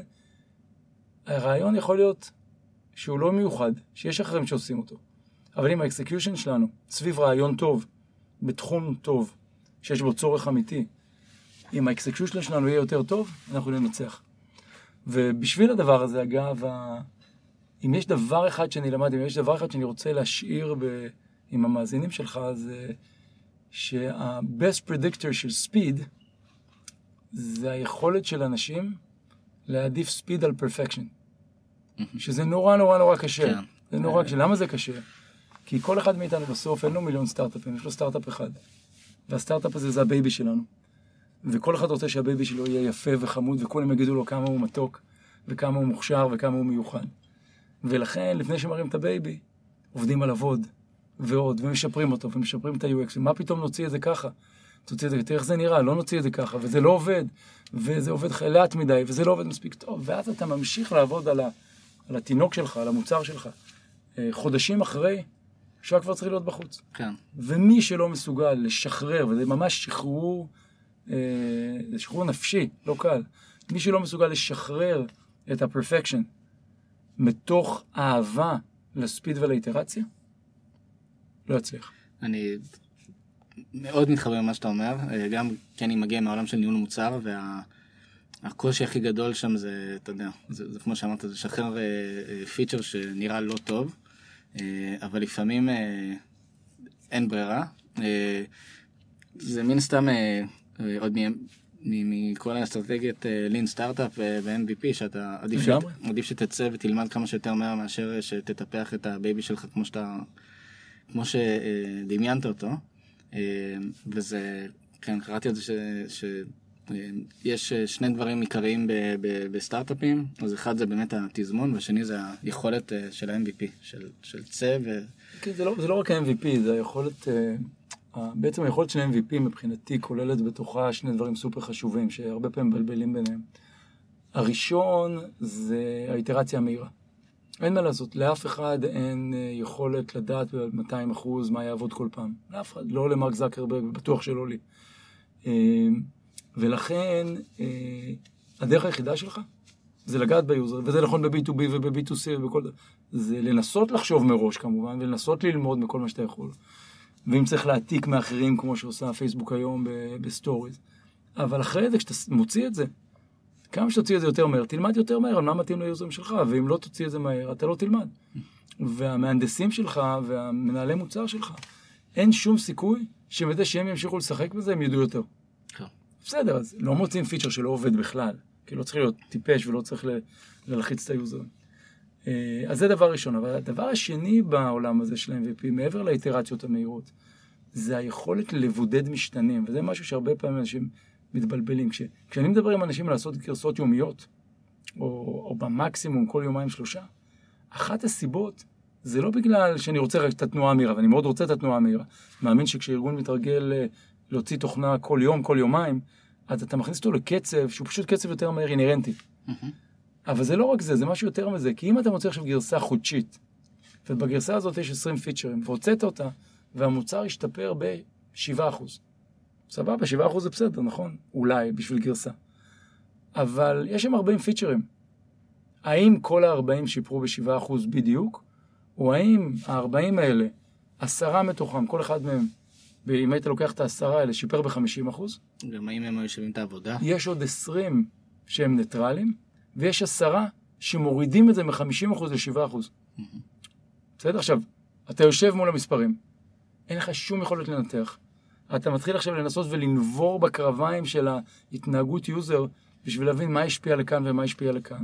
B: הרעיון יכול להיות שהוא לא מיוחד, שיש אחרים שעושים אותו. אבל אם האקסקיושן שלנו, סביב רעיון טוב, בתחום טוב, שיש בו צורך אמיתי, אם האקסקיושן שלנו יהיה יותר טוב, אנחנו ננצח. ובשביל הדבר הזה, אגב, אם יש דבר אחד שאני למד, אם יש דבר אחד שאני רוצה להשאיר ב, עם המאזינים שלך, זה שה-best predictor של speed, זה היכולת של אנשים להעדיף speed על perfection. שזה נורא נורא נורא קשה. כן. זה נורא קשה. למה זה קשה? כי כל אחד מאיתנו בסוף אין לו מיליון סטארט-אפים, יש לו סטארט-אפ אחד. והסטארט-אפ הזה זה הבייבי שלנו. וכל אחד רוצה שהבייבי שלו יהיה יפה וחמוד, וכולם יגידו לו כמה הוא מתוק, וכמה הוא מוכשר, וכמה הוא מיוחד. ולכן, לפני שמראים את הבייבי, עובדים על עבוד, ועוד, ומשפרים אותו, ומשפרים את ה-יו אקס, ומה פתאום נוציא את זה ככה? תוציא את זה, תראה איך זה נראה, לא נוציא את זה ככה, וזה לא עובד, וזה עובד לאט מדי, וזה לא עובד מספיק טוב, ואז אתה ממשיך לעבוד על, ה, על התינוק שלך, על המוצר שלך, חודשים אחרי, שעה כבר צריך להיות בחוץ.
C: כן.
B: ומי שלא מסוגל לשחרר, וזה ממש שחרור, זה שחרור נפשי, לא קל, מי שלא מסוגל לשחרר את ה-perfection, מתוך אהבה לספיד ולאיטרציה, לא יצליח.
C: אני מאוד מתחבר למה שאתה אומר, גם כי אני מגיע מהעולם של ניהול מוצר, והקושי הכי גדול שם זה, אתה יודע, זה, זה כמו שאמרת, זה שחרר פיצ'ר שנראה לא טוב, אבל לפעמים אין ברירה. זה מן סתם עוד מכל האסטרטגיית לין סטארט-אפ ו-אם וי פי, שאתה עדיף שתצא ותלמד כמה שיותר מהר מאשר שתטפח את הבייבי שלך כמו שאתה, כמו שדמיינת אותו. וזה, כן, קראתי את זה שיש שני דברים עיקריים בסטארט-אפים, אז אחד זה באמת התזמון, והשני זה היכולת של ה-אם וי פי, של צא ו...
B: כן, זה לא רק ה-אם וי פי, זה היכולת... בעצם היכולת של ה-אם וי פי מבחינתי כוללת בתוכה שני דברים סופר חשובים, שהרבה פעמים מבלבלים ביניהם. הראשון זה האיטרציה המהירה. אין מה לעשות, לאף אחד אין יכולת לדעת ב-מאתיים אחוז מה יעבוד כל פעם. לאף אחד, לא למרק זקרברג, בטוח שלא לי. ולכן, הדרך היחידה שלך זה לגעת ביוזר, וזה נכון ב-בי טו בי וב-בי טו סי ובכל דבר. זה לנסות לחשוב מראש כמובן, ולנסות ללמוד מכל מה שאתה יכול. ואם צריך להעתיק מאחרים, כמו שעושה הפייסבוק היום בסטוריז. אבל אחרי זה, כשאתה מוציא את זה, כמה שתוציא את זה יותר מהר, תלמד יותר מהר על מה מתאים ליוזרים שלך, ואם לא תוציא את זה מהר, אתה לא תלמד. והמהנדסים שלך והמנהלי מוצר שלך, אין שום סיכוי שמדי שהם ימשיכו לשחק בזה, הם ידעו יותר. בסדר, אז לא מוצאים פיצ'ר שלא עובד בכלל, כי לא צריך להיות טיפש ולא צריך ללחיץ את היוזרים. אז זה דבר ראשון, אבל הדבר השני בעולם הזה של ה-אם וי פי, מעבר לאיטרציות המהירות, זה היכולת לבודד משתנים, וזה משהו שהרבה פעמים אנשים מתבלבלים. כש, כשאני מדבר עם אנשים לעשות גרסות יומיות, או, או במקסימום כל יומיים שלושה, אחת הסיבות זה לא בגלל שאני רוצה רק את התנועה המהירה, ואני מאוד רוצה את התנועה המהירה. מאמין שכשארגון מתרגל להוציא תוכנה כל יום, כל יומיים, אז אתה מכניס אותו לקצב, שהוא פשוט קצב יותר מהר אינרנטי. אבל זה לא רק זה, זה משהו יותר מזה, כי אם אתה מוצא עכשיו גרסה חודשית, ובגרסה הזאת יש עשרים פיצ'רים, והוצאת אותה, והמוצר ישתפר ב-שבעה אחוז. סבבה, שבעה אחוז זה בסדר, נכון? אולי, בשביל גרסה. אבל יש שם ארבעים פיצ'רים. האם כל ה-ארבעים שיפרו ב-שבעה אחוז בדיוק? או האם ה-ארבעים האלה, עשרה מתוכם, כל אחד מהם, אם היית לוקח את העשרה האלה, שיפר ב-חמישים אחוז?
C: גם האם הם יושבים את העבודה?
B: יש עוד עשרים שהם ניטרלים, ויש עשרה שמורידים את זה מ-חמישים אחוז ל-שבעה אחוז. בסדר? עכשיו, אתה יושב מול המספרים, אין לך שום יכולת לנתח. אתה מתחיל עכשיו לנסות ולנבור בקרביים של ההתנהגות יוזר, בשביל להבין מה ישפיע לכאן ומה ישפיע לכאן.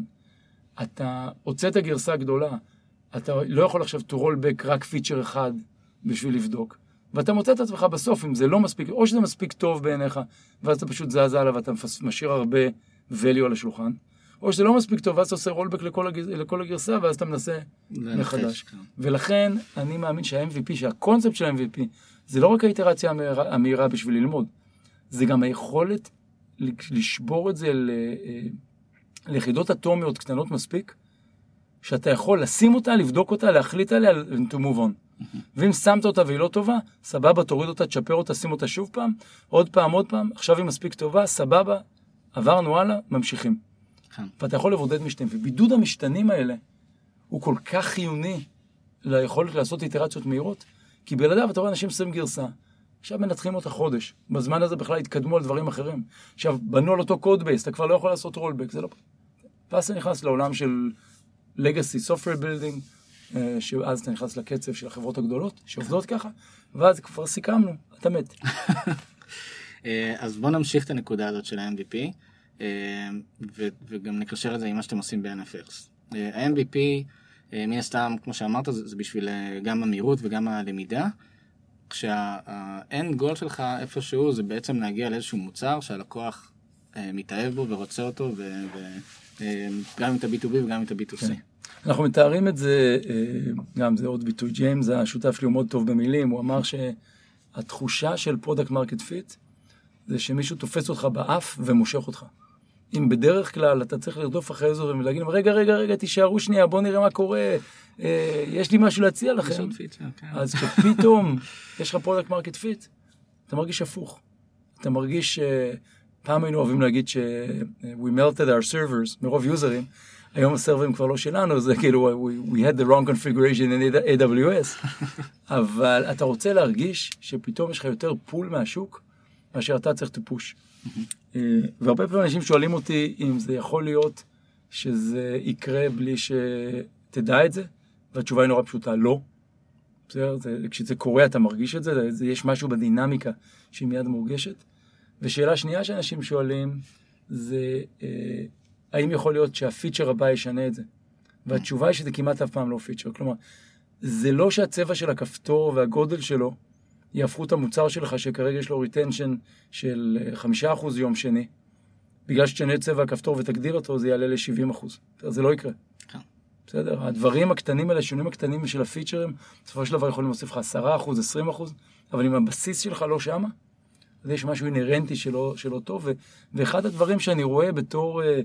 B: אתה הוצאת גרסה גדולה, אתה לא יכול עכשיו to roll back רק פיצ'ר אחד בשביל לבדוק, ואתה מוצא את עצמך בסוף, אם זה לא מספיק, או שזה מספיק טוב בעיניך, ואז אתה פשוט זז עליו ואתה משאיר הרבה value על השולחן, או שזה לא מספיק טוב, ואז אתה עושה רולבק לכל, הגר... לכל הגרסה, ואז אתה מנסה מחדש. כן. ולכן אני מאמין שה-אם וי פי, שהקונספט של ה-אם וי פי, זה לא רק האיטרציה המהירה, המהירה בשביל ללמוד, זה גם היכולת לשבור את זה ל... ליחידות אטומיות קטנות מספיק, שאתה יכול לשים אותה, לבדוק אותה, להחליט עליה, to move on. ואם שמת אותה והיא לא טובה, סבבה, תוריד אותה, תשפר אותה, שים אותה שוב פעם, עוד פעם, עוד פעם, עכשיו היא מספיק טובה, סבבה, עברנו הלאה, ממשיכים. ואתה יכול לבודד משתנים, ובידוד המשתנים האלה הוא כל כך חיוני ליכולת לעשות איטרציות מהירות, כי בלעדיו אתה רואה אנשים שמים גרסה, עכשיו מנתחים אותה חודש, בזמן הזה בכלל התקדמו על דברים אחרים, עכשיו בנו על אותו קוד בייס, אתה כבר לא יכול לעשות רולבק, זה לא... ואז אתה נכנס לעולם של legacy software building, שאז אתה נכנס לקצב של החברות הגדולות, שעובדות ככה, ואז כבר סיכמנו, אתה מת.
C: אז בוא נמשיך את הנקודה הזאת של ה-אם וי פי, וגם נקשר את זה עם מה שאתם עושים ב-אן אף אקס. ה-אם וי פי, מן הסתם, כמו שאמרת, זה בשביל גם המהירות וגם הלמידה, כשה-end goal שלך איפשהו זה בעצם להגיע לאיזשהו מוצר שהלקוח מתאהב בו ורוצה אותו, גם את ה-בי טו בי וגם את ה-בי טו סי.
B: אנחנו מתארים את זה, גם זה עוד ביטוי, ג'יימס, השותף שלי הוא מאוד טוב במילים, הוא אמר שהתחושה של פרודקט מרקט פיט, זה שמישהו תופס אותך באף ומושך אותך. אם בדרך כלל אתה צריך לרדוף אחרי זה ולהגיד להם, רגע, רגע, רגע, תישארו שנייה, בוא נראה מה קורה, אה, יש לי משהו להציע לכם. פיצ'ר, כן. אז כשפתאום יש לך פרודקט מרקט פיט, אתה מרגיש הפוך. אתה מרגיש, פעם היינו אוהבים להגיד ש- we melted our servers, מרוב יוזרים, היום הסרברים כבר לא שלנו, זה כאילו, we, we had the wrong configuration in A W S, אבל אתה רוצה להרגיש שפתאום יש לך יותר פול מהשוק, מאשר אתה צריך to push. והרבה פעמים אנשים שואלים אותי אם זה יכול להיות שזה יקרה בלי שתדע את זה, והתשובה היא נורא פשוטה, לא. בסדר? זה, כשזה קורה אתה מרגיש את זה, זה, יש משהו בדינמיקה שהיא מיד מורגשת. ושאלה שנייה שאנשים שואלים, זה אה, האם יכול להיות שהפיצ'ר הבא ישנה את זה? והתשובה היא שזה כמעט אף פעם לא פיצ'ר. כלומר, זה לא שהצבע של הכפתור והגודל שלו יהפכו את המוצר שלך שכרגע יש לו ריטנשן של חמישה אחוז יום שני. בגלל שתשנה צבע הכפתור ותגדיר אותו, זה יעלה ל-שבעים אחוז. זה לא יקרה. בסדר? הדברים הקטנים האלה, השינויים הקטנים של הפיצ'רים, בסופו של דבר יכולים להוסיף לך עשרה אחוז, עשרים אחוז, אבל אם הבסיס שלך לא שמה, אז יש משהו אינרנטי שלא, שלא טוב. ו- ואחד הדברים שאני רואה בתור uh,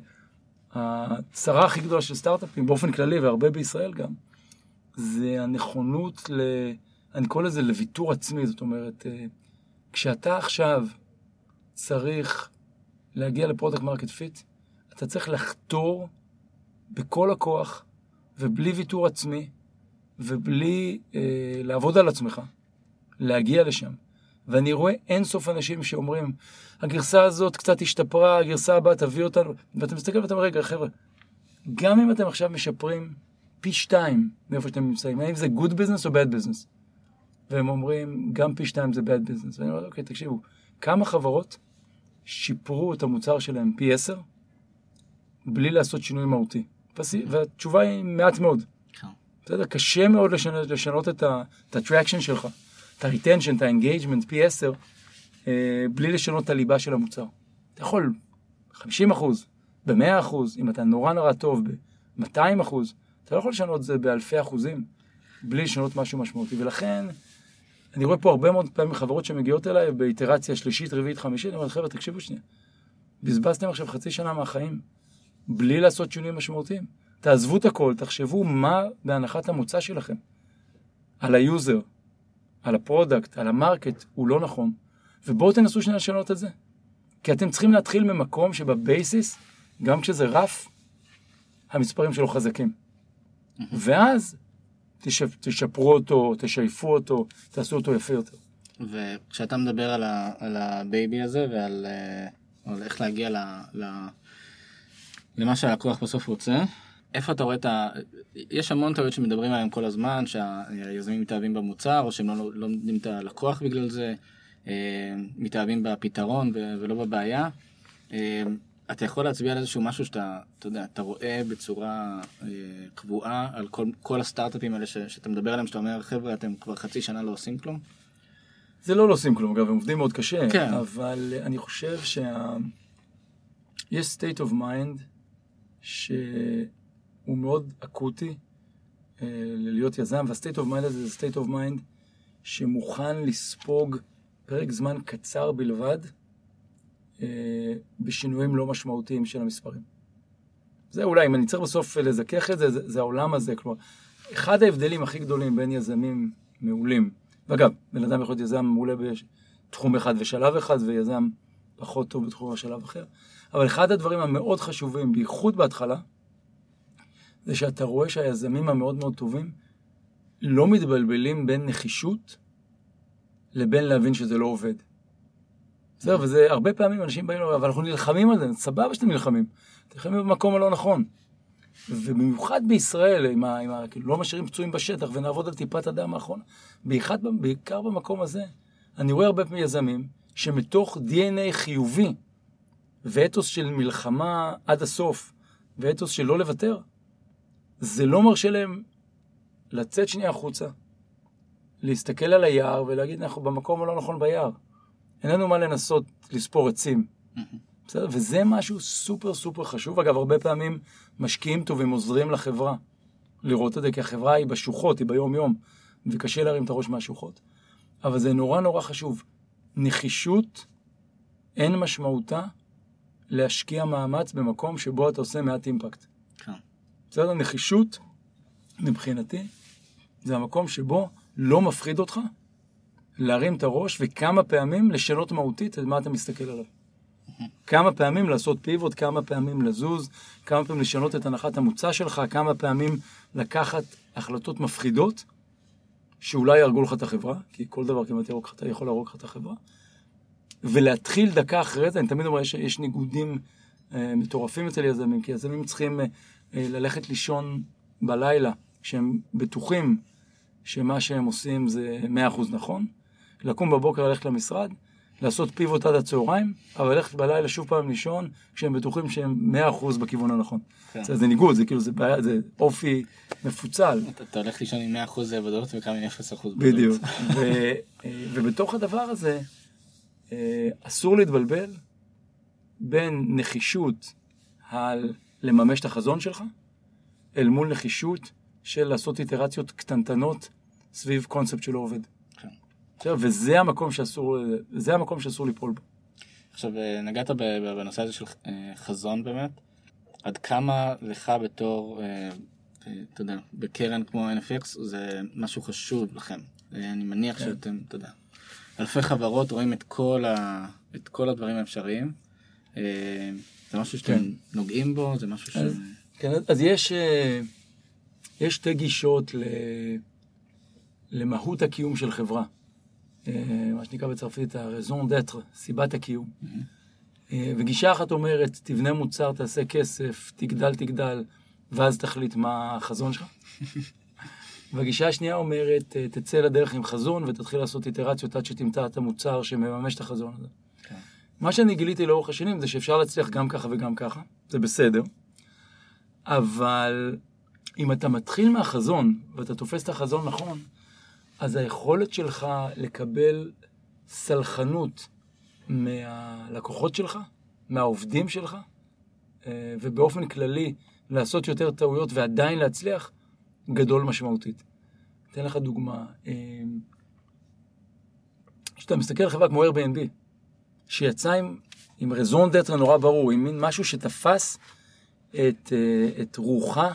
B: הצרה הכי גדולה של סטארט-אפים, באופן כללי, והרבה בישראל גם, זה הנכונות ל... אני קורא לזה לוויתור עצמי, זאת אומרת, כשאתה עכשיו צריך להגיע לפרודקט מרקט פיט, אתה צריך לחתור בכל הכוח, ובלי ויתור עצמי, ובלי אה, לעבוד על עצמך, להגיע לשם. ואני רואה אין סוף אנשים שאומרים, הגרסה הזאת קצת השתפרה, הגרסה הבאה תביא אותנו, ואתה מסתכל ואתה אומר, רגע, חבר'ה, גם אם אתם עכשיו משפרים פי שתיים מאיפה שאתם נמצאים, האם זה good business או bad business? והם אומרים, גם פי שתיים זה bad business. ואני אומר, אוקיי, תקשיבו, כמה חברות שיפרו את המוצר שלהם פי עשר, בלי לעשות שינוי מהותי? והתשובה היא מעט מאוד. בסדר? קשה מאוד לשנות, לשנות את ה-traction שלך, את ה-retension, את ה-engagement פי עשר, בלי לשנות את הליבה של המוצר. אתה יכול חמישים אחוז, ב-מאה אחוז, אם אתה נורא נורא טוב, ב-מאתיים אחוז, אתה לא יכול לשנות זה באלפי אחוזים, בלי לשנות משהו משמעותי. ולכן, אני רואה פה הרבה מאוד פעמים חברות שמגיעות אליי באיטרציה שלישית, רביעית, חמישית, אני אומר, חבר'ה, תקשיבו שנייה. בזבזתם עכשיו חצי שנה מהחיים, בלי לעשות שינויים משמעותיים. תעזבו את הכל, תחשבו מה בהנחת המוצא שלכם. על היוזר, על הפרודקט, על המרקט, הוא לא נכון. ובואו תנסו שנייה לשנות את זה. כי אתם צריכים להתחיל ממקום שבבייסיס, גם כשזה רף, המספרים שלו חזקים. ואז תשפ, תשפרו אותו, תשייפו אותו, תעשו אותו יפה יותר.
C: וכשאתה מדבר על, ה, על הבייבי הזה ועל על איך להגיע ל, ל, למה שהלקוח בסוף רוצה, איפה אתה רואה את ה... יש המון טעויות שמדברים עליהם כל הזמן, שהיזמים מתאהבים במוצר, או שהם לא לומדים את הלקוח בגלל זה, מתאהבים בפתרון ולא בבעיה. אתה יכול להצביע על איזשהו משהו שאתה, אתה יודע, אתה רואה בצורה אה, קבועה על כל, כל הסטארט-אפים האלה ש, שאתה מדבר עליהם, שאתה אומר, חבר'ה, אתם כבר חצי שנה לא עושים כלום?
B: זה לא לא עושים כלום, אגב, הם עובדים מאוד קשה,
C: כן.
B: אבל אני חושב שה... יש state of mind שהוא מאוד אקוטי אה, להיות יזם, וה-state of mind הזה זה state of mind שמוכן לספוג פרק זמן קצר בלבד, בשינויים לא משמעותיים של המספרים. זה אולי, אם אני צריך בסוף לזכך את זה, זה, זה העולם הזה. כלומר, אחד ההבדלים הכי גדולים בין יזמים מעולים, ואגב, בן אדם יכול להיות יזם מעולה בתחום אחד ושלב אחד, ויזם פחות טוב בתחום השלב אחר, אבל אחד הדברים המאוד חשובים, בייחוד בהתחלה, זה שאתה רואה שהיזמים המאוד מאוד טובים, לא מתבלבלים בין נחישות, לבין להבין שזה לא עובד. בסדר, וזה הרבה פעמים אנשים באים, אבל אנחנו נלחמים על זה, סבבה שאתם נלחמים. אתם נלחמים במקום הלא נכון. ובמיוחד בישראל, עם ה, עם ה, כאילו, לא משאירים פצועים בשטח ונעבוד על טיפת הדם האחרונה. בעיקר, בעיקר במקום הזה, אני רואה הרבה פעמים יזמים, שמתוך די אן איי חיובי, ואתוס של מלחמה עד הסוף, ואתוס של לא לוותר, זה לא מרשה להם לצאת שנייה החוצה, להסתכל על היער ולהגיד, אנחנו במקום הלא נכון ביער. אין לנו מה לנסות לספור עצים. בסדר? וזה משהו סופר סופר חשוב. אגב, הרבה פעמים משקיעים טובים עוזרים לחברה לראות את זה, כי החברה היא בשוחות, היא ביום יום, וקשה להרים את הראש מהשוחות. אבל זה נורא נורא חשוב. נחישות אין משמעותה להשקיע מאמץ במקום שבו אתה עושה מעט אימפקט. בסדר? נחישות, מבחינתי, זה המקום שבו לא מפחיד אותך, להרים את הראש וכמה פעמים לשאלות מהותית את מה אתה מסתכל עליו. כמה פעמים לעשות פיבוט, כמה פעמים לזוז, כמה פעמים לשנות את הנחת המוצא שלך, כמה פעמים לקחת החלטות מפחידות, שאולי יהרגו לך את החברה, כי כל דבר כמעט יכול להרוג לך את החברה, ולהתחיל דקה אחרי זה. אני תמיד אומר, יש, יש ניגודים אה, מטורפים אצל יזמים, כי יזמים צריכים אה, ללכת לישון בלילה, כשהם בטוחים שמה שהם עושים זה מאה אחוז נכון, לקום בבוקר ללכת למשרד, לעשות פיבוט עד הצהריים, אבל ללכת בלילה שוב פעם לישון, כשהם בטוחים שהם מאה אחוז בכיוון הנכון. כן. זה, זה ניגוד, זה כאילו, זה, בעיה, זה אופי מפוצל.
C: אתה, אתה הולך לישון עם מאה אחוז ודאות וכמה עם אפס אחוז בדאות.
B: בדיוק. ו, ובתוך הדבר הזה, אסור להתבלבל בין נחישות על לממש את החזון שלך, אל מול נחישות של לעשות איטרציות קטנטנות סביב קונספט שלא עובד. כן. וזה המקום שאסור, זה המקום שאסור ליפול בו.
C: עכשיו, נגעת בנושא הזה של חזון באמת, עד כמה לך בתור, אתה יודע, בקרן כמו אן אף אקס, זה משהו חשוב לכם. אני מניח כן. שאתם, אתה יודע, אלפי חברות רואים את כל, ה, את כל הדברים האפשריים. זה משהו שאתם כן. נוגעים בו, זה משהו ש...
B: אז, כן, אז יש, יש שתי גישות ל, למהות הקיום של חברה. מה שנקרא בצרפתית, הרזון דטר, סיבת הקיום. Mm-hmm. וגישה אחת אומרת, תבנה מוצר, תעשה כסף, תגדל, תגדל, ואז תחליט מה החזון שלך. והגישה השנייה אומרת, תצא לדרך עם חזון, ותתחיל לעשות איטרציות עד שתמצא את המוצר שמממש את החזון הזה. Okay. מה שאני גיליתי לאורך השנים, זה שאפשר להצליח גם ככה וגם ככה, זה בסדר, אבל אם אתה מתחיל מהחזון, ואתה תופס את החזון נכון, אז היכולת שלך לקבל סלחנות מהלקוחות שלך, מהעובדים שלך, ובאופן כללי לעשות יותר טעויות ועדיין להצליח, גדול משמעותית. אתן לך דוגמה. כשאתה מסתכל על חברה כמו Airbnb, שיצא עם, עם רזון דטר נורא ברור, עם מין משהו שתפס את, את רוחה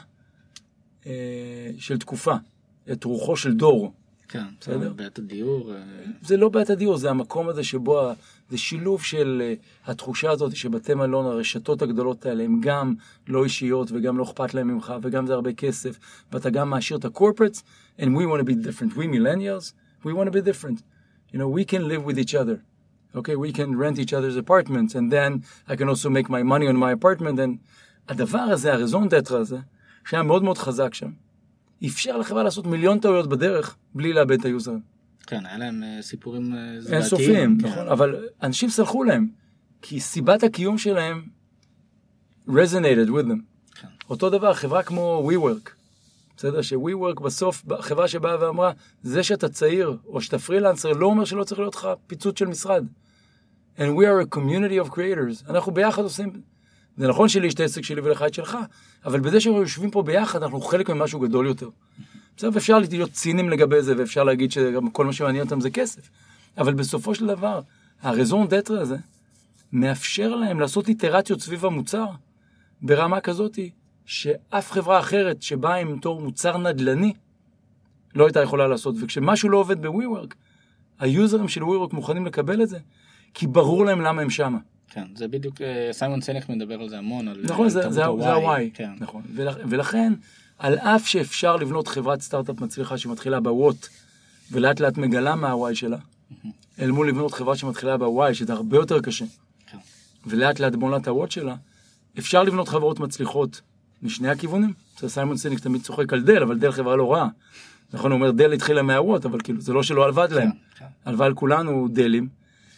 B: של תקופה, את רוחו של דור.
C: כן, בסדר? בעת הדיור.
B: זה לא בעת הדיור, זה המקום הזה שבו, זה שילוב של התחושה הזאת שבתי מלון, הרשתות הגדולות האלה, הם גם לא אישיות וגם לא אכפת להם ממך, וגם זה הרבה כסף, ואתה גם מעשיר את הקורפרטס, and we want to be different. We millennials, we want to be different. You know, we can live with each other. Okay, we can rent each other's apartments, and then I can also make my money on my apartment, and הדבר הזה, הרזון דטר הזה, שהיה מאוד מאוד חזק שם, אפשר לחברה לעשות מיליון טעויות בדרך, בלי לאבד את היוזרים.
C: כן, היה להם סיפורים זוועתיים.
B: אין סופים, נכון, אבל אנשים סלחו להם, כי סיבת הקיום שלהם resonated with them. כן. אותו דבר, חברה כמו WeWork, בסדר, ש-WeWork בסוף, חברה שבאה ואמרה, זה שאתה צעיר, או שאתה פרילנסר, לא אומר שלא צריך להיות לך פיצוץ של משרד. And we are a community of creators. אנחנו ביחד עושים... זה נכון שלי יש את העסק שלי ולך את שלך, אבל בזה שאנחנו יושבים פה ביחד, אנחנו חלק ממשהו גדול יותר. בסדר, אפשר להיות צינים לגבי זה, ואפשר להגיד שכל מה שמעניין אותם זה כסף. אבל בסופו של דבר, הרזון דטר הזה, מאפשר להם לעשות איטרציות סביב המוצר, ברמה כזאת, שאף חברה אחרת שבאה עם תור מוצר נדלני, לא הייתה יכולה לעשות. וכשמשהו לא עובד ב-WeWork, היוזרים של WeWork מוכנים לקבל את זה, כי ברור להם למה הם שמה.
C: כן, זה בדיוק, סיימון סינק מדבר על זה המון, על
B: נכון, זה, זה ה-Y, כן. נכון. ולכן, על אף שאפשר לבנות חברת סטארט-אפ מצליחה שמתחילה ב-What, ולאט לאט מגלה מה ה-Y שלה, אל מול לבנות חברה שמתחילה ב-Y, שזה הרבה יותר קשה, כן. ולאט לאט בונה את ה-What שלה, אפשר לבנות חברות מצליחות משני הכיוונים. סיימון סינק תמיד צוחק על דל, אבל דל חברה לא רעה. נכון, הוא אומר, דל התחילה מה-What, אבל כאילו, זה לא שלא הלווה להם. כן, כן. הלווה על כולנו דלים.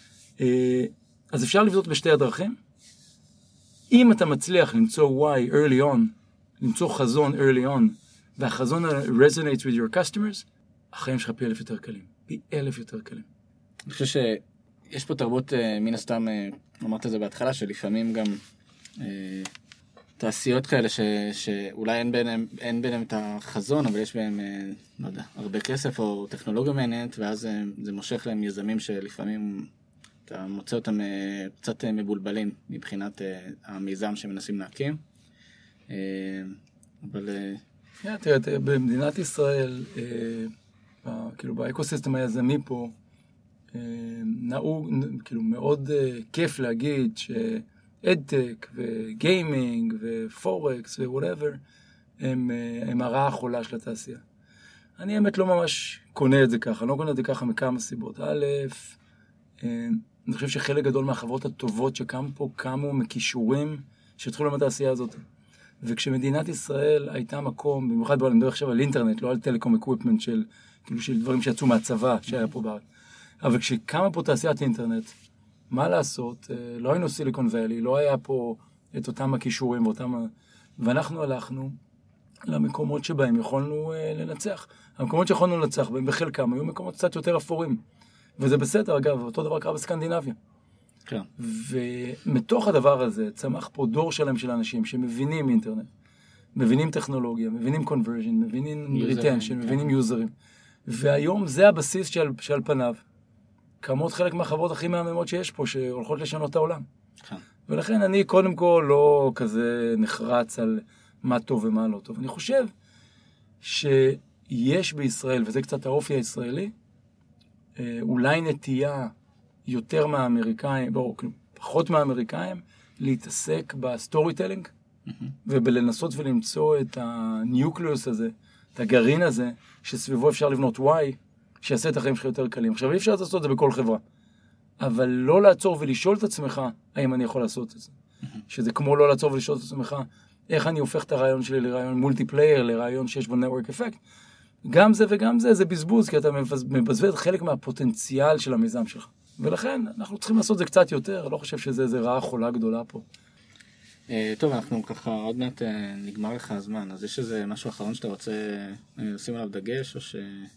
B: אז אפשר לבנות בשתי הדרכים. אם אתה מצליח למצוא why early on, למצוא חזון early on, והחזון resonates with your customers, החיים שלך פי אלף יותר קלים. פי אלף יותר קלים.
C: אני חושב שיש פה תרבות, מן הסתם, אמרת את זה בהתחלה, שלפעמים גם אה, תעשיות כאלה, ש, שאולי אין ביניהם, אין ביניהם את החזון, אבל יש בהם, אה, לא יודע, הרבה כסף או טכנולוגיה מעניינת, ואז אה, זה מושך להם יזמים שלפעמים... אתה מוצא אותם קצת מבולבלים מבחינת המיזם שמנסים להקים. אבל...
B: תראה, במדינת ישראל, כאילו באקוסיסטם היזמי פה, נהוג, כאילו מאוד כיף להגיד שאדטק וגיימינג ופורקס ווואטאבר הם, הם הרעה החולה של התעשייה. אני האמת לא ממש קונה את זה ככה, אני לא קונה את זה ככה מכמה סיבות. א', אני חושב שחלק גדול מהחברות הטובות שקמו פה, קמו מכישורים שהתחילו מהתעשייה הזאת. וכשמדינת ישראל הייתה מקום, במיוחד בוא, אני מדבר עכשיו על אינטרנט, לא על טלקום אקוויפמנט של, כאילו של דברים שיצאו מהצבא שהיה פה בארץ. אבל כשקמה פה תעשיית אינטרנט, מה לעשות? לא היינו סיליקון ואלי, לא היה פה את אותם הכישורים ואותם... ואנחנו הלכנו למקומות שבהם יכולנו לנצח. המקומות שיכולנו לנצח בהם בחלקם היו מקומות קצת יותר אפורים. וזה בסדר, אגב, אותו דבר קרה בסקנדינביה.
C: כן.
B: ומתוך הדבר הזה צמח פה דור שלם של אנשים שמבינים אינטרנט, מבינים טכנולוגיה, מבינים conversion, מבינים retention, מבינים יוזרים. והיום זה הבסיס של, של פניו. קמות חלק מהחברות הכי מהממות שיש פה, שהולכות לשנות את העולם. כן. ולכן אני קודם כל לא כזה נחרץ על מה טוב ומה לא טוב. אני חושב שיש בישראל, וזה קצת האופי הישראלי, אולי נטייה יותר מהאמריקאים, בואו, פחות מהאמריקאים, להתעסק בסטורי טלינג, mm-hmm. ובלנסות ולמצוא את הניוקליוס הזה, את הגרעין הזה, שסביבו אפשר לבנות וואי, שיעשה את החיים שלך יותר קלים. עכשיו, אי אפשר לעשות את זה בכל חברה, אבל לא לעצור ולשאול את עצמך, האם אני יכול לעשות את זה. Mm-hmm. שזה כמו לא לעצור ולשאול את עצמך, איך אני הופך את הרעיון שלי לרעיון מולטיפלייר, לרעיון שיש בו נטוורק אפקט. גם זה וגם זה, זה בזבוז, כי אתה מבזבז חלק מהפוטנציאל של המיזם שלך. ולכן, אנחנו צריכים לעשות זה קצת יותר, אני לא חושב שזה איזה רעה חולה גדולה פה.
C: טוב, אנחנו ככה, עוד מעט נגמר לך הזמן, אז יש איזה משהו אחרון שאתה רוצה לשים עליו דגש, או ש...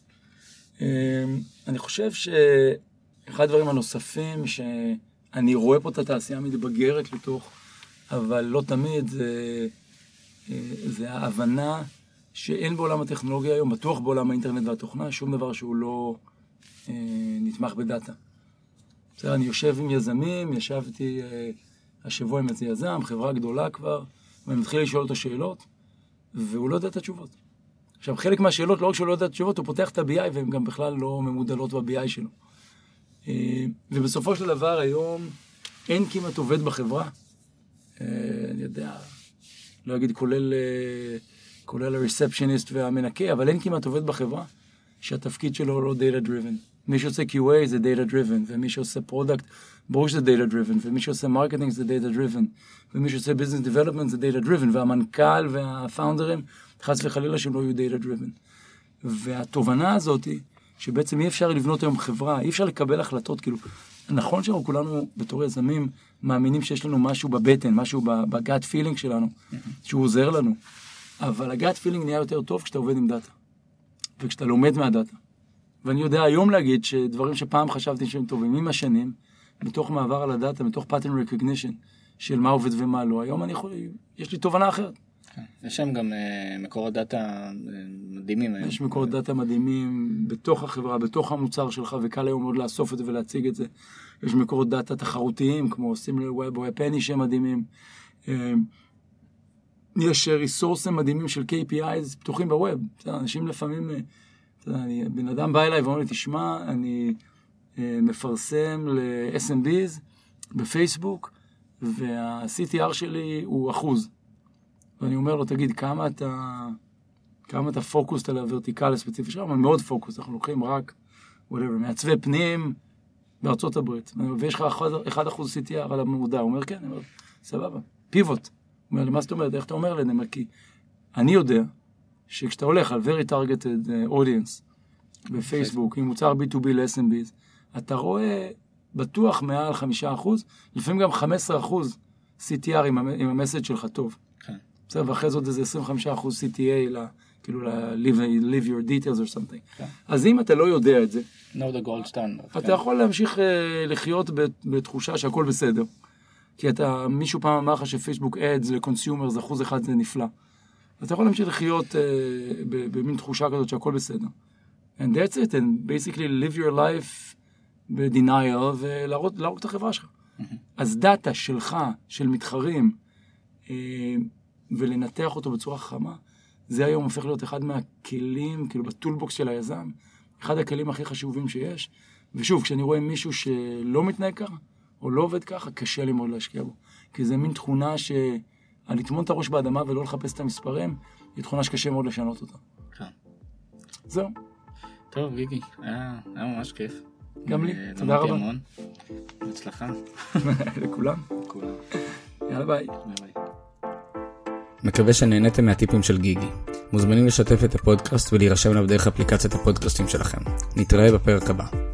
B: אני חושב שאחד הדברים הנוספים, שאני רואה פה את התעשייה מתבגרת לתוך, אבל לא תמיד, זה, זה ההבנה שאין בעולם הטכנולוגיה היום, בטוח בעולם האינטרנט והתוכנה, שום דבר שהוא לא נתמך בדאטה. בסדר, אני יושב עם יזמים, ישבתי אה, השבוע עם איזה יזם, חברה גדולה כבר, ואני מתחיל לשאול אותו שאלות, והוא לא יודע את התשובות. עכשיו, חלק מהשאלות, לא רק שהוא לא יודע את התשובות, הוא פותח את ה-בי איי, והן גם בכלל לא ממודלות ב-בי איי שלו. אה, ובסופו של דבר, היום, אין כמעט עובד בחברה. אה, אני יודע, לא אגיד כולל, אה, כולל הריספשניסט והמנקה, אבל אין כמעט עובד בחברה, שהתפקיד שלו לא data driven. מי שעושה קיו איי זה data driven, ומי שעושה פרודקט, ברור שזה data driven, ומי שעושה מרקטינג זה data driven, ומי שעושה business development זה data driven, והמנכ"ל והפאונדרים, חס וחלילה שהם לא יהיו data driven. והתובנה הזאת היא, שבעצם אי אפשר לבנות היום חברה, אי אפשר לקבל החלטות, כאילו, נכון שאנחנו כולנו בתור יזמים, מאמינים שיש לנו משהו בבטן, משהו בגאט פילינג שלנו, שהוא עוזר לנו, אבל הגאט פילינג נהיה יותר טוב כשאתה עובד עם דאטה, וכשאתה לומד מהדאטה. ואני יודע היום להגיד שדברים שפעם חשבתי שהם טובים, עם השנים, בתוך מעבר על הדאטה, בתוך pattern recognition, של מה עובד ומה לא, היום אני יכול, יש לי תובנה אחרת.
C: יש שם גם uh, מקורות דאטה מדהימים.
B: יש מקורות דאטה מדהימים בתוך החברה, בתוך המוצר שלך, וקל היום מאוד לאסוף את זה ולהציג את זה. יש מקורות דאטה תחרותיים, כמו SimilarWeb או Appenny שהם מדהימים. יש ריסורסים מדהימים של קיי פי איז פתוחים בווב. אנשים לפעמים, אני, בן אדם בא אליי ואומר לי, תשמע, אני מפרסם ל-אס אם ביז בפייסבוק, וה-סי טי אר שלי הוא אחוז. ואני אומר לו, תגיד, כמה אתה, כמה אתה פוקוס על הוורטיקל הספציפי שלנו? אני מאוד פוקוס, אנחנו לוקחים רק, whatever, מעצבי פנים בארצות הברית. ויש לך אחד אחוז סי טי אר על המודע. הוא אומר, כן, אני אומר, סבבה, פיבוט. הוא אומר לי, מה זאת אומרת? איך אתה אומר לי? אני אומר, כי אני יודע שכשאתה הולך על very targeted audience בפייסבוק, עם מוצר בי טו בי ל-אס אם ביז, אתה רואה בטוח מעל חמישה אחוז, לפעמים גם חמישה עשר אחוז סי טי אר עם המסד שלך טוב. בסדר, ואחרי זאת איזה עשרים וחמישה אחוז סי טי איי, כאילו ל-live your details or something. אז אם אתה לא יודע את זה,
C: know the gold standard.
B: אתה יכול להמשיך לחיות בתחושה שהכל בסדר. כי אתה, מישהו פעם אמר לך שפייסבוק אדס לקונסיומר, אחוז אחד זה נפלא. אז אתה יכול להמשיך לחיות במין תחושה כזאת שהכל בסדר. And that's it, and basically live your life ב-denial, ולהרוג את החברה שלך. אז דאטה שלך, של מתחרים, ולנתח אותו בצורה חכמה, זה היום הופך להיות אחד מהכלים, כאילו בטולבוקס של היזם, אחד הכלים הכי חשובים שיש, ושוב, כשאני רואה מישהו שלא מתנהג ככה, או לא עובד ככה, קשה לי מאוד להשקיע בו. כי זה מין תכונה שלטמון את הראש באדמה ולא לחפש את המספרים, היא תכונה שקשה מאוד לשנות אותה.
C: כן.
B: זהו.
C: טוב, גיגי, היה, היה ממש כיף.
B: גם לי, תודה רבה.
C: המון. בהצלחה.
B: לכולם.
C: לכולם.
B: יאללה ביי.
C: ביי.
A: מקווה שנהניתם מהטיפים של גיגי. מוזמנים לשתף את הפודקאסט ולהירשם אליו דרך אפליקציית הפודקאסטים שלכם. נתראה בפרק הבא.